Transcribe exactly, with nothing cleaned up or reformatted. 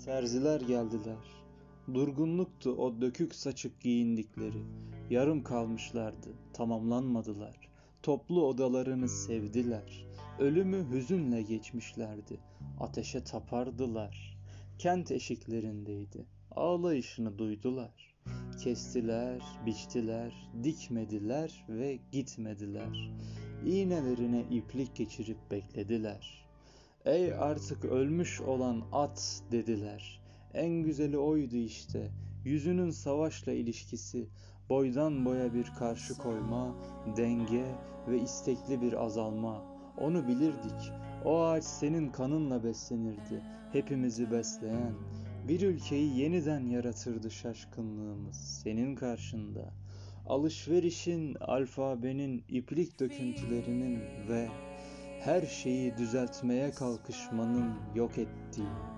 Terziler geldiler. Durgunluktu o dökük saçık giyindikleri. Yarım kalmışlardı, tamamlanmadılar. Toplu odalarını sevdiler. Ölümü hüzünle geçmişlerdi. Ateşe tapardılar. Kent eşiklerindeydi. Ağlayışını duydular. Kestiler, biçtiler, dikmediler ve gitmediler. İğnelerine iplik geçirip beklediler. Ey artık ölmüş olan at dediler. En güzeli oydu işte. Yüzünün savaşla ilişkisi, boydan boya bir karşı koyma, denge ve istekli bir azalma. Onu bilirdik. O ağaç senin kanınla beslenirdi. Hepimizi besleyen. Bir ülkeyi yeniden yaratırdı şaşkınlığımız senin karşında. Alışverişin, alfabenin, iplik döküntülerinin ve her şeyi düzeltmeye kalkışmanın yok ettiği